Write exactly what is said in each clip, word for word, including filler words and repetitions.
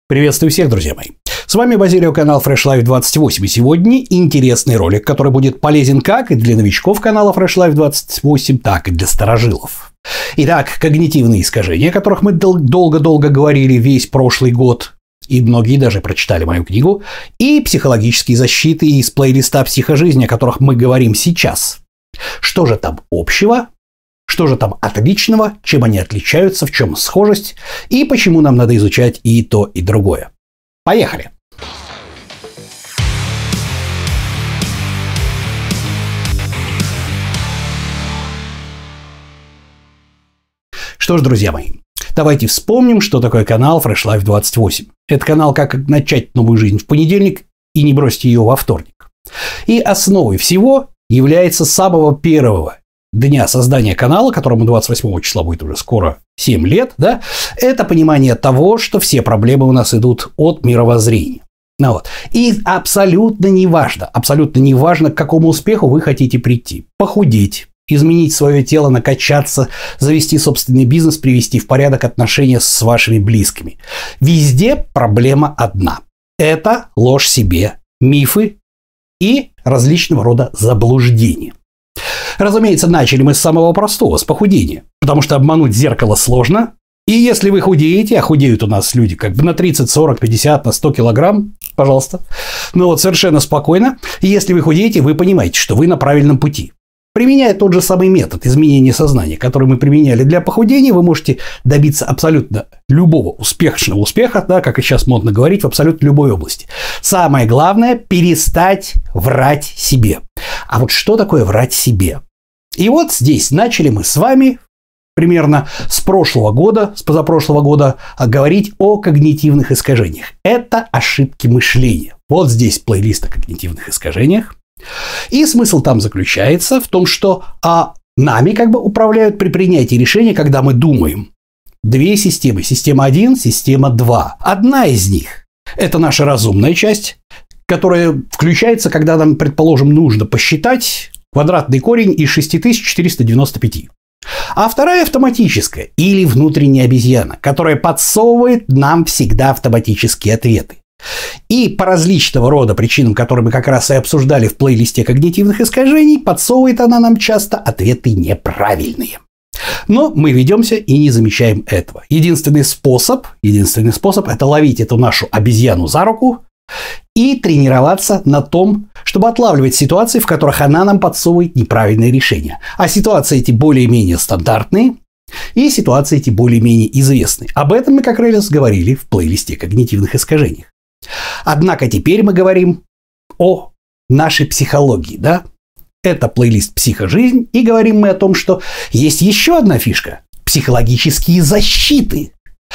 Приветствую всех, друзья мои. С вами Базилио, канал Fresh Life двадцать восемь. И сегодня интересный ролик, который будет полезен как и для новичков канала Fresh Life двадцать восемь, так и для старожилов. Итак, когнитивные искажения, о которых мы долго-долго говорили весь прошлый год, и многие даже прочитали мою книгу, и психологические защиты из плейлиста «Психожизнь», о которых мы говорим сейчас. Что же там общего? Что же там отличного, чем они отличаются, в чем схожесть и почему нам надо изучать и то, и другое. Поехали! Что ж, друзья мои, давайте вспомним, что такое канал Fresh Life двадцать восемь. Это канал «Как начать новую жизнь в понедельник и не бросить ее во вторник». И основой всего является самого первого дня создания канала, которому двадцать восьмого числа будет уже скоро семь лет, да, это понимание того, что все проблемы у нас идут от мировоззрения. Ну вот. И абсолютно не важно, абсолютно не важно, к какому успеху вы хотите прийти. Похудеть, изменить свое тело, накачаться, завести собственный бизнес, привести в порядок отношения с вашими близкими. Везде проблема одна. Это ложь себе, мифы и различного рода заблуждения. Разумеется, начали мы с самого простого, с похудения, потому что обмануть зеркало сложно, и если вы худеете, а худеют у нас люди как бы на тридцать, сорок, пятьдесят, на сто килограмм, пожалуйста, ну вот совершенно спокойно, и если вы худеете, вы понимаете, что вы на правильном пути. Применяя тот же самый метод изменения сознания, который мы применяли для похудения, вы можете добиться абсолютно любого успешного успеха, да, как и сейчас модно говорить, в абсолютно любой области. Самое главное – перестать врать себе. А вот что такое врать себе? И вот здесь начали мы с вами примерно с прошлого года, с позапрошлого года говорить о когнитивных искажениях. Это ошибки мышления. Вот здесь плейлист о когнитивных искажениях. И смысл там заключается в том, что а, нами как бы управляют при принятии решения, когда мы думаем. Две системы. Система один, система два. Одна из них – это наша разумная часть, которая включается, когда нам, предположим, нужно посчитать квадратный корень из шесть тысяч четыреста девяносто пять. А вторая автоматическая или внутренняя обезьяна, которая подсовывает нам всегда автоматические ответы. И по различного рода причинам, которые мы как раз и обсуждали в плейлисте когнитивных искажений, подсовывает она нам часто ответы неправильные. Но мы ведемся и не замечаем этого. Единственный способ, единственный способ – это ловить эту нашу обезьяну за руку и тренироваться на том, чтобы отлавливать ситуации, в которых она нам подсовывает неправильные решения. А ситуации эти более-менее стандартные, и ситуации эти более-менее известны. Об этом мы как раз говорили в плейлисте когнитивных искажениях. Однако теперь мы говорим о нашей психологии, да? Это плейлист «Психожизнь», и говорим мы о том, что есть еще одна фишка – психологические защиты.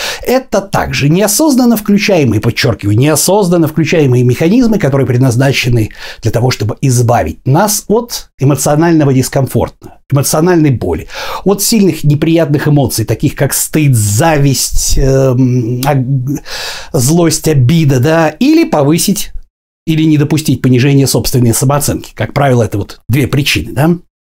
Это также неосознанно включаемые, подчеркиваю, неосознанно включаемые механизмы, которые предназначены для того, чтобы избавить нас от эмоционального дискомфорта, эмоциональной боли, от сильных неприятных эмоций, таких как стыд, зависть, эм, злость, обида, да, или повысить или не допустить понижения собственной самооценки. Как правило, это вот две причины, да.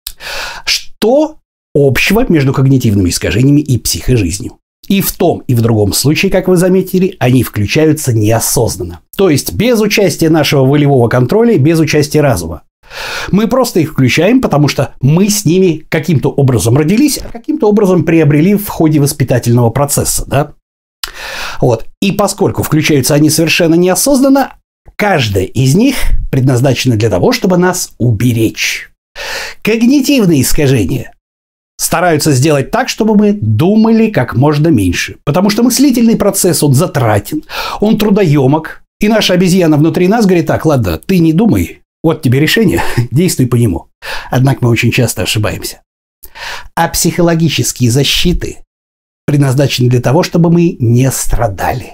Что общего между когнитивными искажениями и психожизнью? И в том, и в другом случае, как вы заметили, они включаются неосознанно. То есть без участия нашего волевого контроля, без участия разума. Мы просто их включаем, потому что мы с ними каким-то образом родились, а каким-то образом приобрели в ходе воспитательного процесса. Да? Вот. И поскольку включаются они совершенно неосознанно, каждая из них предназначена для того, чтобы нас уберечь. Когнитивные искажения стараются сделать так, чтобы мы думали как можно меньше. Потому что мыслительный процесс, он затратен, он трудоемок. И наша обезьяна внутри нас говорит: так, ладно, ты не думай, вот тебе решение, действуй по нему. Однако мы очень часто ошибаемся. А психологические защиты предназначены для того, чтобы мы не страдали.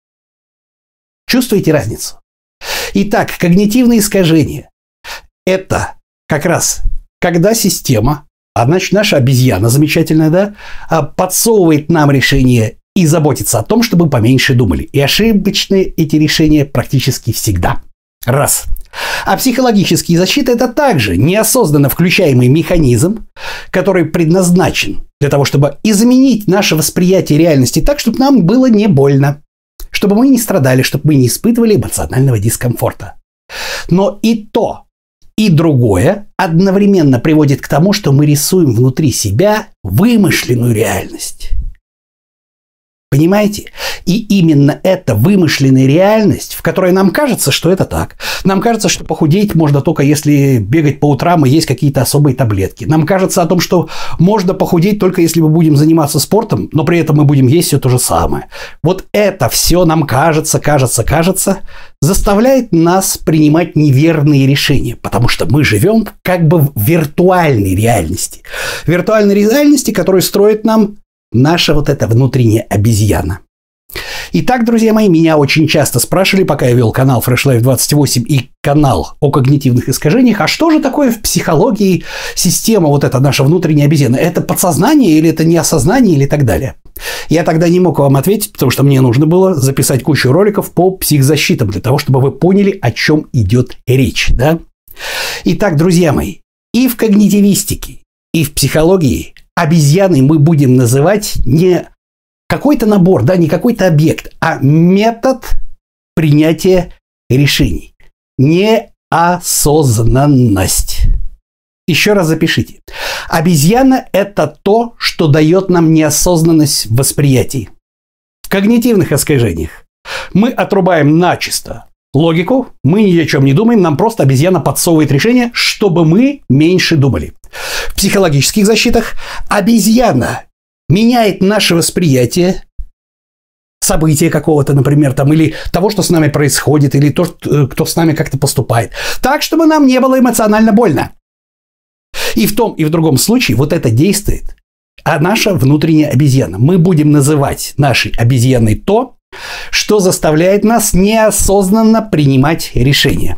Чувствуете разницу? Итак, когнитивные искажения – это как раз когда система, а значит, наша обезьяна замечательная, да, подсовывает нам решение и заботится о том, чтобы поменьше думали. И ошибочные эти решения практически всегда. Раз. А психологические защиты – это также неосознанно включаемый механизм, который предназначен для того, чтобы изменить наше восприятие реальности так, чтобы нам было не больно. чтобы мы не страдали, чтобы мы не испытывали эмоционального дискомфорта. Но и то, и другое одновременно приводит к тому, что мы рисуем внутри себя вымышленную реальность. Понимаете? И именно эта вымышленная реальность, в которой нам кажется, что это так. Нам кажется, что похудеть можно только если бегать по утрам и есть какие-то особые таблетки. Нам кажется о том, что можно похудеть только если мы будем заниматься спортом, но при этом мы будем есть все то же самое. Вот это все нам кажется, кажется, кажется, заставляет нас принимать неверные решения, потому что мы живем как бы в виртуальной реальности. Виртуальной реальности, которую строит нам наша вот эта внутренняя обезьяна. Итак, друзья мои, меня очень часто спрашивали, пока я вел канал Fresh Life двадцать восемь и канал о когнитивных искажениях, а что же такое в психологии система вот эта наша внутренняя обезьяна? Это подсознание или это неосознание или так далее? Я тогда не мог вам ответить, потому что мне нужно было записать кучу роликов по психзащитам для того, чтобы вы поняли, о чем идет речь. Да? Итак, друзья мои, и в когнитивистике, и в психологии обезьяной мы будем называть не какой-то набор, да, не какой-то объект, а метод принятия решений. Неосознанность. Еще раз запишите. Обезьяна – это то, что дает нам неосознанность в восприятии. В когнитивных искажениях мы отрубаем начисто логику, мы ни о чем не думаем, нам просто обезьяна подсовывает решение, чтобы мы меньше думали. В психологических защитах обезьяна меняет наше восприятие события какого-то, например, там, или того, что с нами происходит, или то, кто с нами как-то поступает, так, чтобы нам не было эмоционально больно. И в том, и в другом случае вот это действует, а наша внутренняя обезьяна. Мы будем называть нашей обезьяной то, что заставляет нас неосознанно принимать решения.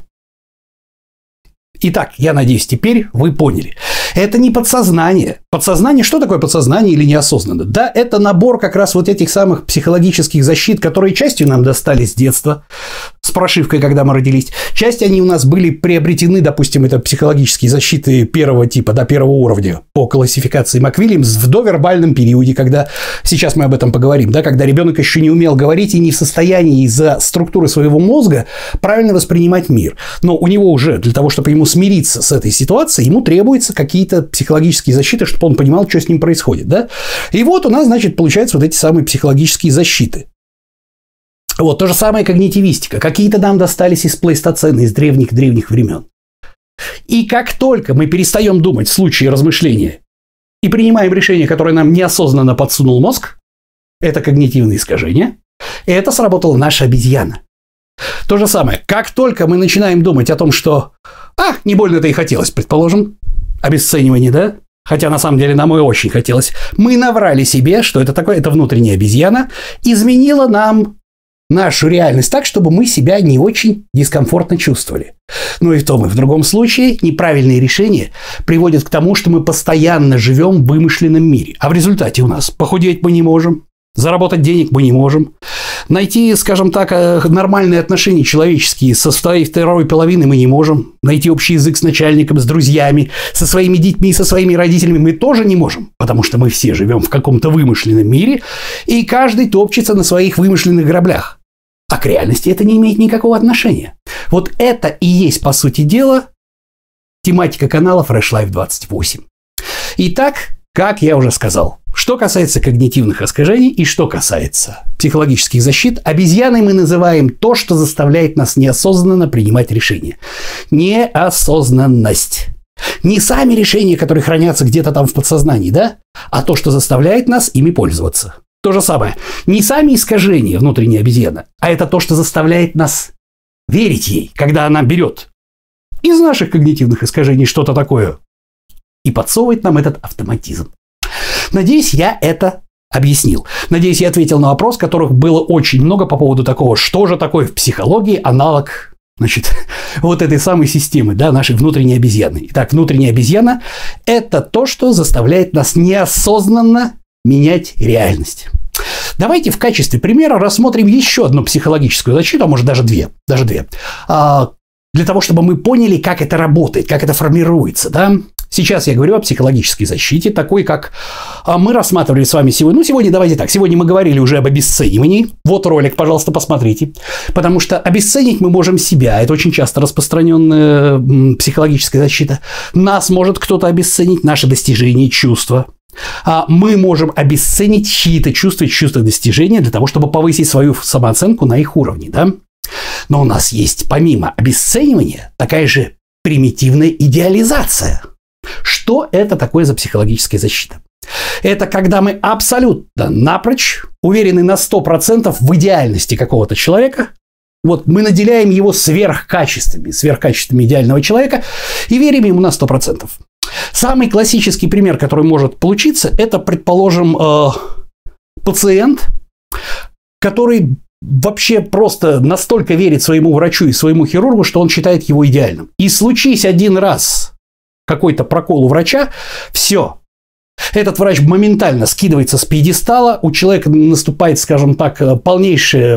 Итак, я надеюсь, теперь вы поняли. Это не подсознание. Подсознание, что такое подсознание или неосознанно? Да, это набор как раз вот этих самых психологических защит, которые частью нам достались с детства, с прошивкой, когда мы родились. Часть они у нас были приобретены, допустим, это психологические защиты первого типа, до первого уровня по классификации МакВильямс в довербальном периоде, когда, сейчас мы об этом поговорим, да, когда ребенок еще не умел говорить и не в состоянии из-за структуры своего мозга правильно воспринимать мир. Но у него уже для того, чтобы ему смириться с этой ситуацией, ему требуются какие-то психологические защиты, чтобы он понимал, что с ним происходит. Да? И вот у нас, значит, получаются вот эти самые психологические защиты. Вот то же самое когнитивистика. Какие-то нам достались из плейстоцена, из древних-древних времен. И как только мы перестаем думать в случае размышления и принимаем решение, которое нам неосознанно подсунул мозг, это когнитивные искажения, и это сработала наша обезьяна. То же самое, как только мы начинаем думать о том, что «а, не больно-то и хотелось», предположим, обесценивание, да? Хотя на самом деле нам и очень хотелось. Мы наврали себе, что это такое, это внутренняя обезьяна, изменила нам нашу реальность так, чтобы мы себя не очень дискомфортно чувствовали. Но и в том, и в другом случае неправильные решения приводят к тому, что мы постоянно живем в вымышленном мире. А в результате у нас похудеть мы не можем, заработать денег мы не можем, найти, скажем так, нормальные отношения человеческие со своей второй половиной мы не можем, найти общий язык с начальником, с друзьями, со своими детьми, со своими родителями мы тоже не можем, потому что мы все живем в каком-то вымышленном мире, и каждый топчется на своих вымышленных граблях. А к реальности это не имеет никакого отношения. Вот это и есть, по сути дела, тематика канала Fresh Life двадцать восемь. Итак, как я уже сказал, что касается когнитивных искажений и что касается психологических защит, обезьяной мы называем то, что заставляет нас неосознанно принимать решения. Неосознанность. Не сами решения, которые хранятся где-то там в подсознании, да? А то, что заставляет нас ими пользоваться. То же самое. Не сами искажения внутренней обезьяны, а это то, что заставляет нас верить ей, когда она берет из наших когнитивных искажений что-то такое и подсовывает нам этот автоматизм. Надеюсь, я это объяснил. Надеюсь, я ответил на вопрос, которых было очень много по поводу такого, что же такое в психологии аналог, значит, вот этой самой системы, да, нашей внутренней обезьяны. Итак, внутренняя обезьяна – это то, что заставляет нас неосознанно менять реальность. Давайте в качестве примера рассмотрим еще одну психологическую защиту, а может даже две, даже две, для того, чтобы мы поняли, как это работает, как это формируется, да. Сейчас я говорю о психологической защите, такой, как мы рассматривали с вами сегодня. Ну, сегодня давайте так. Сегодня мы говорили уже об обесценивании. Вот ролик, пожалуйста, посмотрите. Потому что обесценить мы можем себя. Это очень часто распространенная психологическая защита. Нас может кто-то обесценить, наши достижения, чувства. А мы можем обесценить чьи-то чувства, чувства достижения для того, чтобы повысить свою самооценку на их уровне, да? Но у нас есть, помимо обесценивания, такая же примитивная идеализация. Что это такое за психологическая защита? Это когда мы абсолютно напрочь уверены на сто процентов в идеальности какого-то человека. Вот мы наделяем его сверхкачествами, сверхкачествами идеального человека и верим ему на сто процентов. Самый классический пример, который может получиться, это, предположим, э, пациент, который вообще просто настолько верит своему врачу и своему хирургу, что он считает его идеальным. И случись один раз какой-то прокол у врача, все. Этот врач моментально скидывается с пьедестала, у человека наступает, скажем так, полнейшая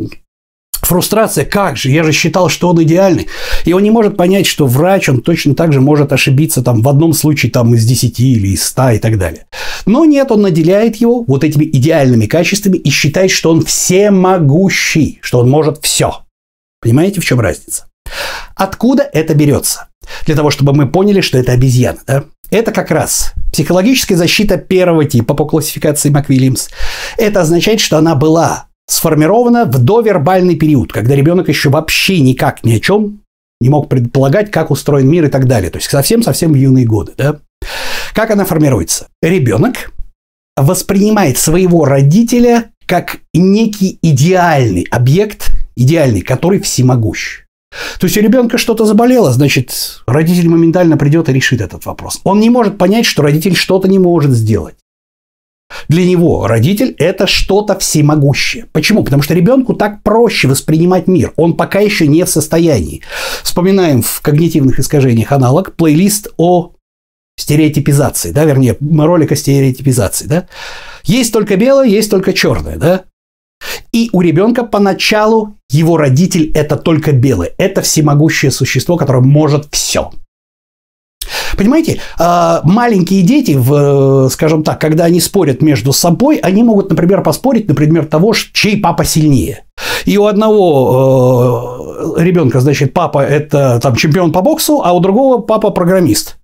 фрустрация. Как же? Я же считал, что он идеальный. И он не может понять, что врач, он точно так же может ошибиться там, в одном случае там, из десяти или из ста и так далее. Но нет, он наделяет его вот этими идеальными качествами и считает, что он всемогущий, что он может все. Понимаете, в чем разница? Откуда это берется? Для того, чтобы мы поняли, что это обезьяна. Да? Это как раз психологическая защита первого типа по классификации МакВильямс. Это означает, что она была сформирована в довербальный период, когда ребенок еще вообще никак ни о чем не мог предполагать, как устроен мир и так далее. То есть совсем-совсем в юные годы. Да? Как она формируется? Ребенок воспринимает своего родителя как некий идеальный объект, идеальный, который всемогущ. То есть у ребенка что-то заболело, значит, родитель моментально придет и решит этот вопрос. Он не может понять, что родитель что-то не может сделать. Для него родитель – это что-то всемогущее. Почему? Потому что ребенку так проще воспринимать мир. Он пока еще не в состоянии. Вспоминаем в когнитивных искажениях аналог плейлист о стереотипизации, да, вернее, ролик о стереотипизации, да. Есть только белое, есть только черное, да. И у ребенка поначалу его родитель – это только белый. Это всемогущее существо, которое может все. Понимаете, маленькие дети, скажем так, когда они спорят между собой, они могут, например, поспорить на предмет того, чей папа сильнее. И у одного ребенка, значит, папа – это там, чемпион по боксу, а у другого папа – программист.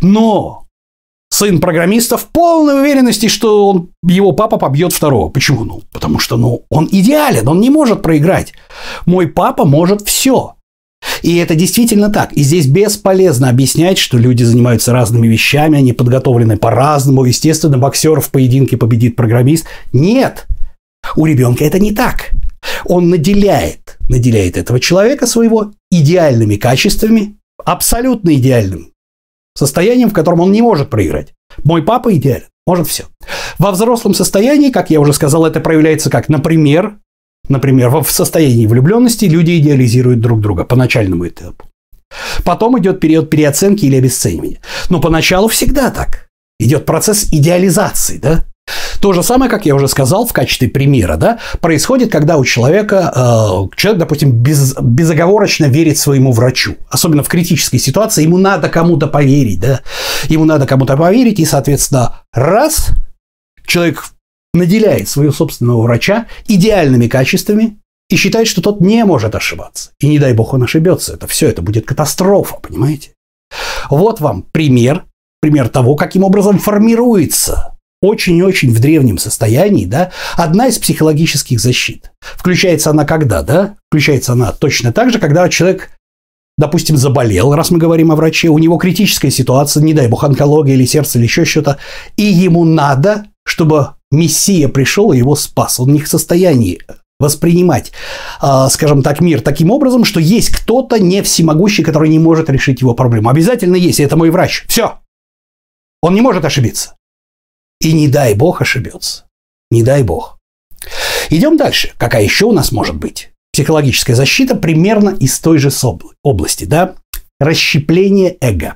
Но сын программиста в полной уверенности, что он, его папа побьет второго. Почему? Ну, потому что ну, он идеален, он не может проиграть. Мой папа может все. И это действительно так. И здесь бесполезно объяснять, что люди занимаются разными вещами, они подготовлены по-разному. Естественно, боксер в поединке победит программист. Нет, у ребенка это не так. Он наделяет, наделяет этого человека своего идеальными качествами, абсолютно идеальным состоянием, в котором он не может проиграть. Мой папа идеален, может все. Во взрослом состоянии, как я уже сказал, это проявляется как, например, например, в состоянии влюбленности люди идеализируют друг друга по начальному этапу. Потом идет период переоценки или обесценивания. Но поначалу всегда так. Идет процесс идеализации, да? То же самое, как я уже сказал, в качестве примера, да, происходит, когда у человека, э, человек, допустим, без, безоговорочно верит своему врачу. Особенно в критической ситуации, ему надо кому-то поверить, да, ему надо кому-то поверить, и, соответственно, раз человек наделяет своего собственного врача идеальными качествами и считает, что тот не может ошибаться. И не дай бог он ошибется. Это все, это будет катастрофа, понимаете? Вот вам пример, пример того, каким образом формируется очень-очень в древнем состоянии, да, одна из психологических защит. Включается она когда, да? Включается она точно так же, когда человек, допустим, заболел, раз мы говорим о враче, у него критическая ситуация, не дай бог, онкология или сердце, или еще что-то, и ему надо, чтобы Мессия пришел и его спас. Он не в состоянии воспринимать, скажем так, мир таким образом, что есть кто-то не всемогущий, который не может решить его проблему. Обязательно есть, и это мой врач. Все. Он не может ошибиться. И не дай бог ошибется. Не дай бог. Идем дальше. Какая еще у нас может быть психологическая защита примерно из той же области, да? Расщепление эго.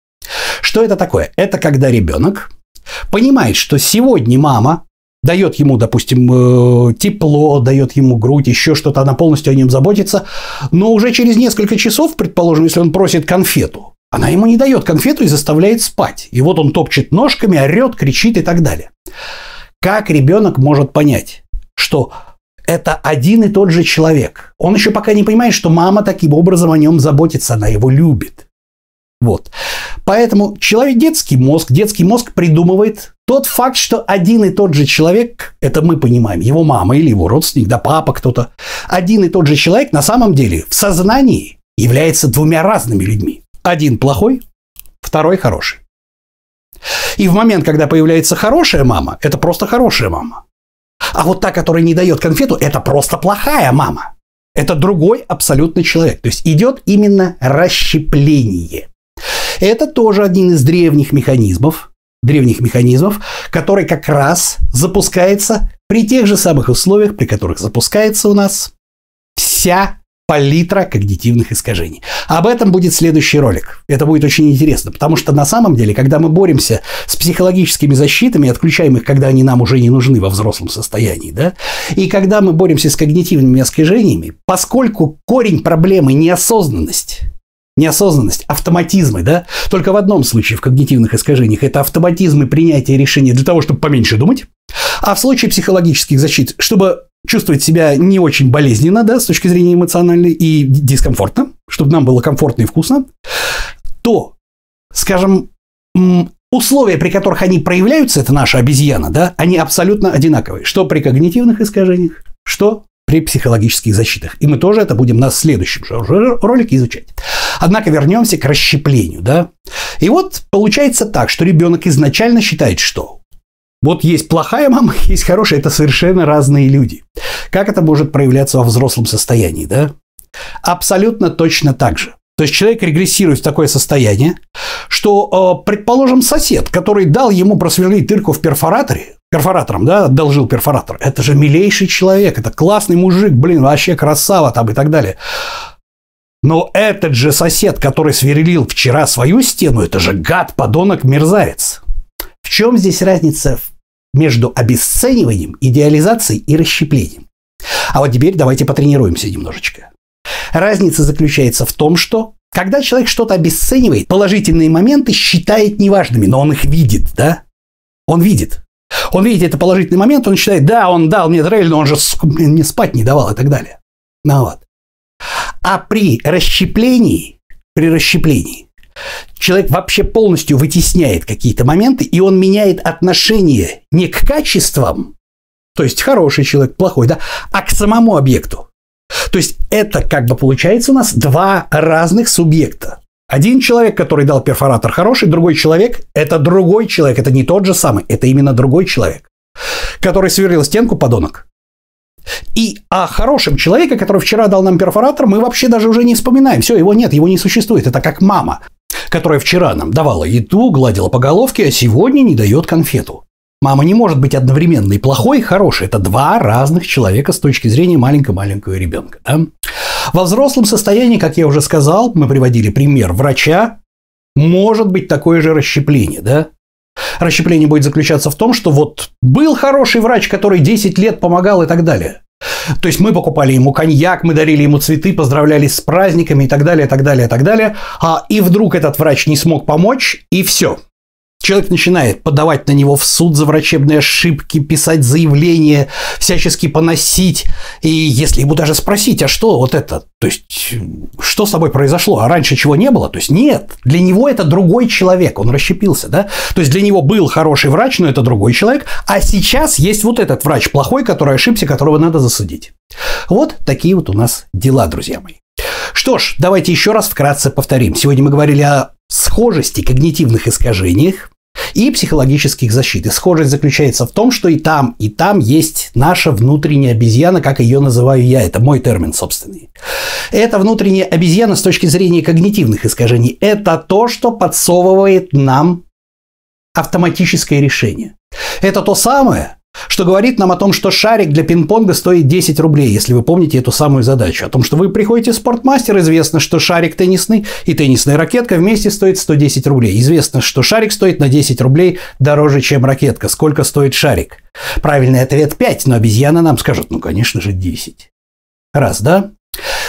Что это такое? Это когда ребенок понимает, что сегодня мама дает ему, допустим, тепло, дает ему грудь, еще что-то, она полностью о нем заботится, но уже через несколько часов, предположим, если он просит конфету, Она ему не дает конфету и заставляет спать. И вот он топчет ножками, орет, кричит и так далее. Как ребенок может понять, что это один и тот же человек? Он еще пока не понимает, что мама таким образом о нем заботится, она его любит. Вот. Поэтому человек, детский мозг, детский мозг придумывает тот факт, что один и тот же человек, это мы понимаем, его мама или его родственник, да папа кто-то, один и тот же человек на самом деле в сознании является двумя разными людьми. Один плохой, второй хороший. И в момент, когда появляется хорошая мама, это просто хорошая мама. А вот та, которая не дает конфету, это просто плохая мама. Это другой абсолютно человек. То есть идет именно расщепление. Это тоже один из древних механизмов, древних механизмов, который как раз запускается при тех же самых условиях, при которых запускается у нас вся палитра когнитивных искажений. Об этом будет следующий ролик. Это будет очень интересно, потому что на самом деле, когда мы боремся с психологическими защитами, отключаем их, когда они нам уже не нужны во взрослом состоянии, да, и когда мы боремся с когнитивными искажениями, поскольку корень проблемы неосознанность, неосознанность, автоматизмы, да, только в одном случае в когнитивных искажениях это автоматизмы принятия решения для того, чтобы поменьше думать, а в случае психологических защит, чтобы чувствовать себя не очень болезненно, да, с точки зрения эмоциональной и дискомфортно, чтобы нам было комфортно и вкусно, то, скажем, условия, при которых они проявляются, это наша обезьяна, да, они абсолютно одинаковые. Что при когнитивных искажениях, что при психологических защитах. И мы тоже это будем на следующем же ролике изучать. Однако вернемся к расщеплению, да. И вот получается так, что ребенок изначально считает, что вот есть плохая мама, есть хорошая, это совершенно разные люди. Как это может проявляться во взрослом состоянии, да? Абсолютно точно так же. То есть человек регрессирует в такое состояние, что, предположим, сосед, который дал ему просверлить дырку в перфораторе, перфоратором, да, одолжил перфоратор, это же милейший человек, это классный мужик, блин, вообще красава там и так далее. Но этот же сосед, который сверлил вчера свою стену, это же гад, подонок, мерзавец. В чем здесь разница между обесцениванием, идеализацией и расщеплением? А вот теперь давайте потренируемся немножечко. Разница заключается в том, что когда человек что-то обесценивает, положительные моменты считает неважными, но он их видит, да? Он видит. Он видит это положительный момент, он считает, да, он дал мне трейль, но он же мне спать не давал и так далее. Ну вот. А при расщеплении, при расщеплении человек вообще полностью вытесняет какие-то моменты, и он меняет отношение не к качествам, то есть хороший человек, плохой, да, а к самому объекту. То есть это как бы получается у нас два разных субъекта. Один человек, который дал перфоратор хороший, другой человек – это другой человек, это не тот же самый, это именно другой человек, который сверлил стенку, подонок. И о хорошем человеке, который вчера дал нам перфоратор, мы вообще даже уже не вспоминаем. Все, его нет, его не существует. Это как мама, которая вчера нам давала еду, гладила по головке, а сегодня не дает конфету. Мама не может быть одновременно и плохой, и хорошей. Это два разных человека с точки зрения маленького-маленького ребенка. Да? Во взрослом состоянии, как я уже сказал, мы приводили пример врача, может быть такое же расщепление. Да? Расщепление будет заключаться в том, что вот был хороший врач, который десять лет помогал и так далее. То есть мы покупали ему коньяк, мы дарили ему цветы, поздравляли с праздниками и так далее, и так далее, и так далее. А и вдруг этот врач не смог помочь, и все. Человек начинает подавать на него в суд за врачебные ошибки, писать заявления, всячески поносить. И если ему даже спросить, а что вот это, то есть что с тобой произошло, а раньше чего не было, то есть нет, для него это другой человек, он расщепился, да, то есть для него был хороший врач, но это другой человек, а сейчас есть вот этот врач плохой, который ошибся, которого надо засудить. Вот такие вот у нас дела, друзья мои. Что ж, давайте еще раз вкратце повторим. Сегодня мы говорили о схожести когнитивных искажениях и психологических защит. И схожесть заключается в том, что и там, и там есть наша внутренняя обезьяна, как ее называю я. Это мой термин собственный. Эта внутренняя обезьяна с точки зрения когнитивных искажений – это то, что подсовывает нам автоматическое решение. Это то самое, что говорит нам о том, что шарик для пинг-понга стоит десять рублей, если вы помните эту самую задачу. О том, что вы приходите в спортмастер, известно, что шарик теннисный и теннисная ракетка вместе стоит сто десять рублей. Известно, что шарик стоит на десять рублей дороже, чем ракетка. Сколько стоит шарик? Правильный ответ пять, но обезьяна нам скажет, ну, конечно же, десять. Раз, да?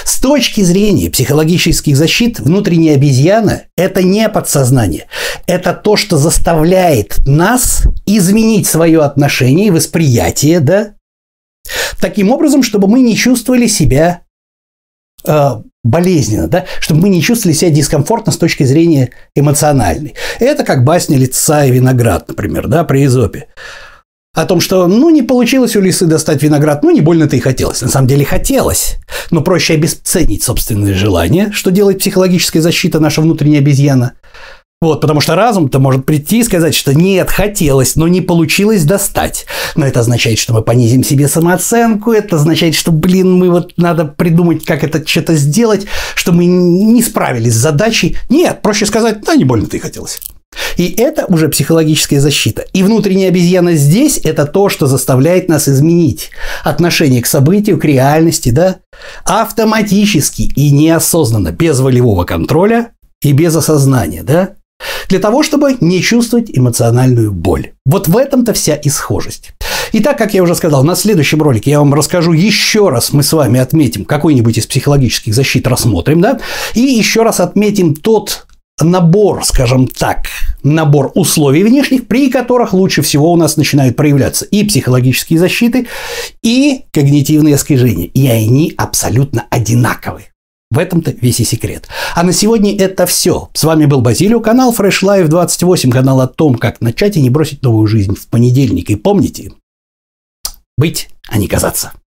С точки зрения психологических защит, внутренняя обезьяна – это не подсознание. Это то, что заставляет нас изменить свое отношение и восприятие, да, таким образом, чтобы мы не чувствовали себя э, болезненно, да, чтобы мы не чувствовали себя дискомфортно с точки зрения эмоциональной. Это как басня «Лиса и виноград», например, да, при Эзопе. О том, что, ну, не получилось у лисы достать виноград, ну, не больно-то и хотелось. На самом деле хотелось, но проще обесценить собственные желания, что делает психологическая защита, наша внутренняя обезьяна. Вот, потому что разум-то может прийти и сказать, что нет, хотелось, но не получилось достать. Но это означает, что мы понизим себе самооценку, это означает, что, блин, мы вот надо придумать, как это что-то сделать, что мы не справились с задачей. Нет, проще сказать, да, не больно-то и хотелось. И это уже психологическая защита. И внутренняя обезьяна здесь – это то, что заставляет нас изменить отношение к событию, к реальности, да, автоматически и неосознанно, без волевого контроля и без осознания, да, для того, чтобы не чувствовать эмоциональную боль. Вот в этом-то вся и схожесть. Итак, как я уже сказал, на следующем ролике я вам расскажу еще раз, мы с вами отметим какой-нибудь из психологических защит, рассмотрим, да, и еще раз отметим тот набор, скажем так, набор условий внешних, при которых лучше всего у нас начинают проявляться и психологические защиты, и когнитивные искажения. И они абсолютно одинаковые. В этом-то весь и секрет. А на сегодня это все. С вами был Базилио, канал Fresh Life двадцать восемь, канал о том, как начать и не бросить новую жизнь в понедельник. И помните, быть, а не казаться.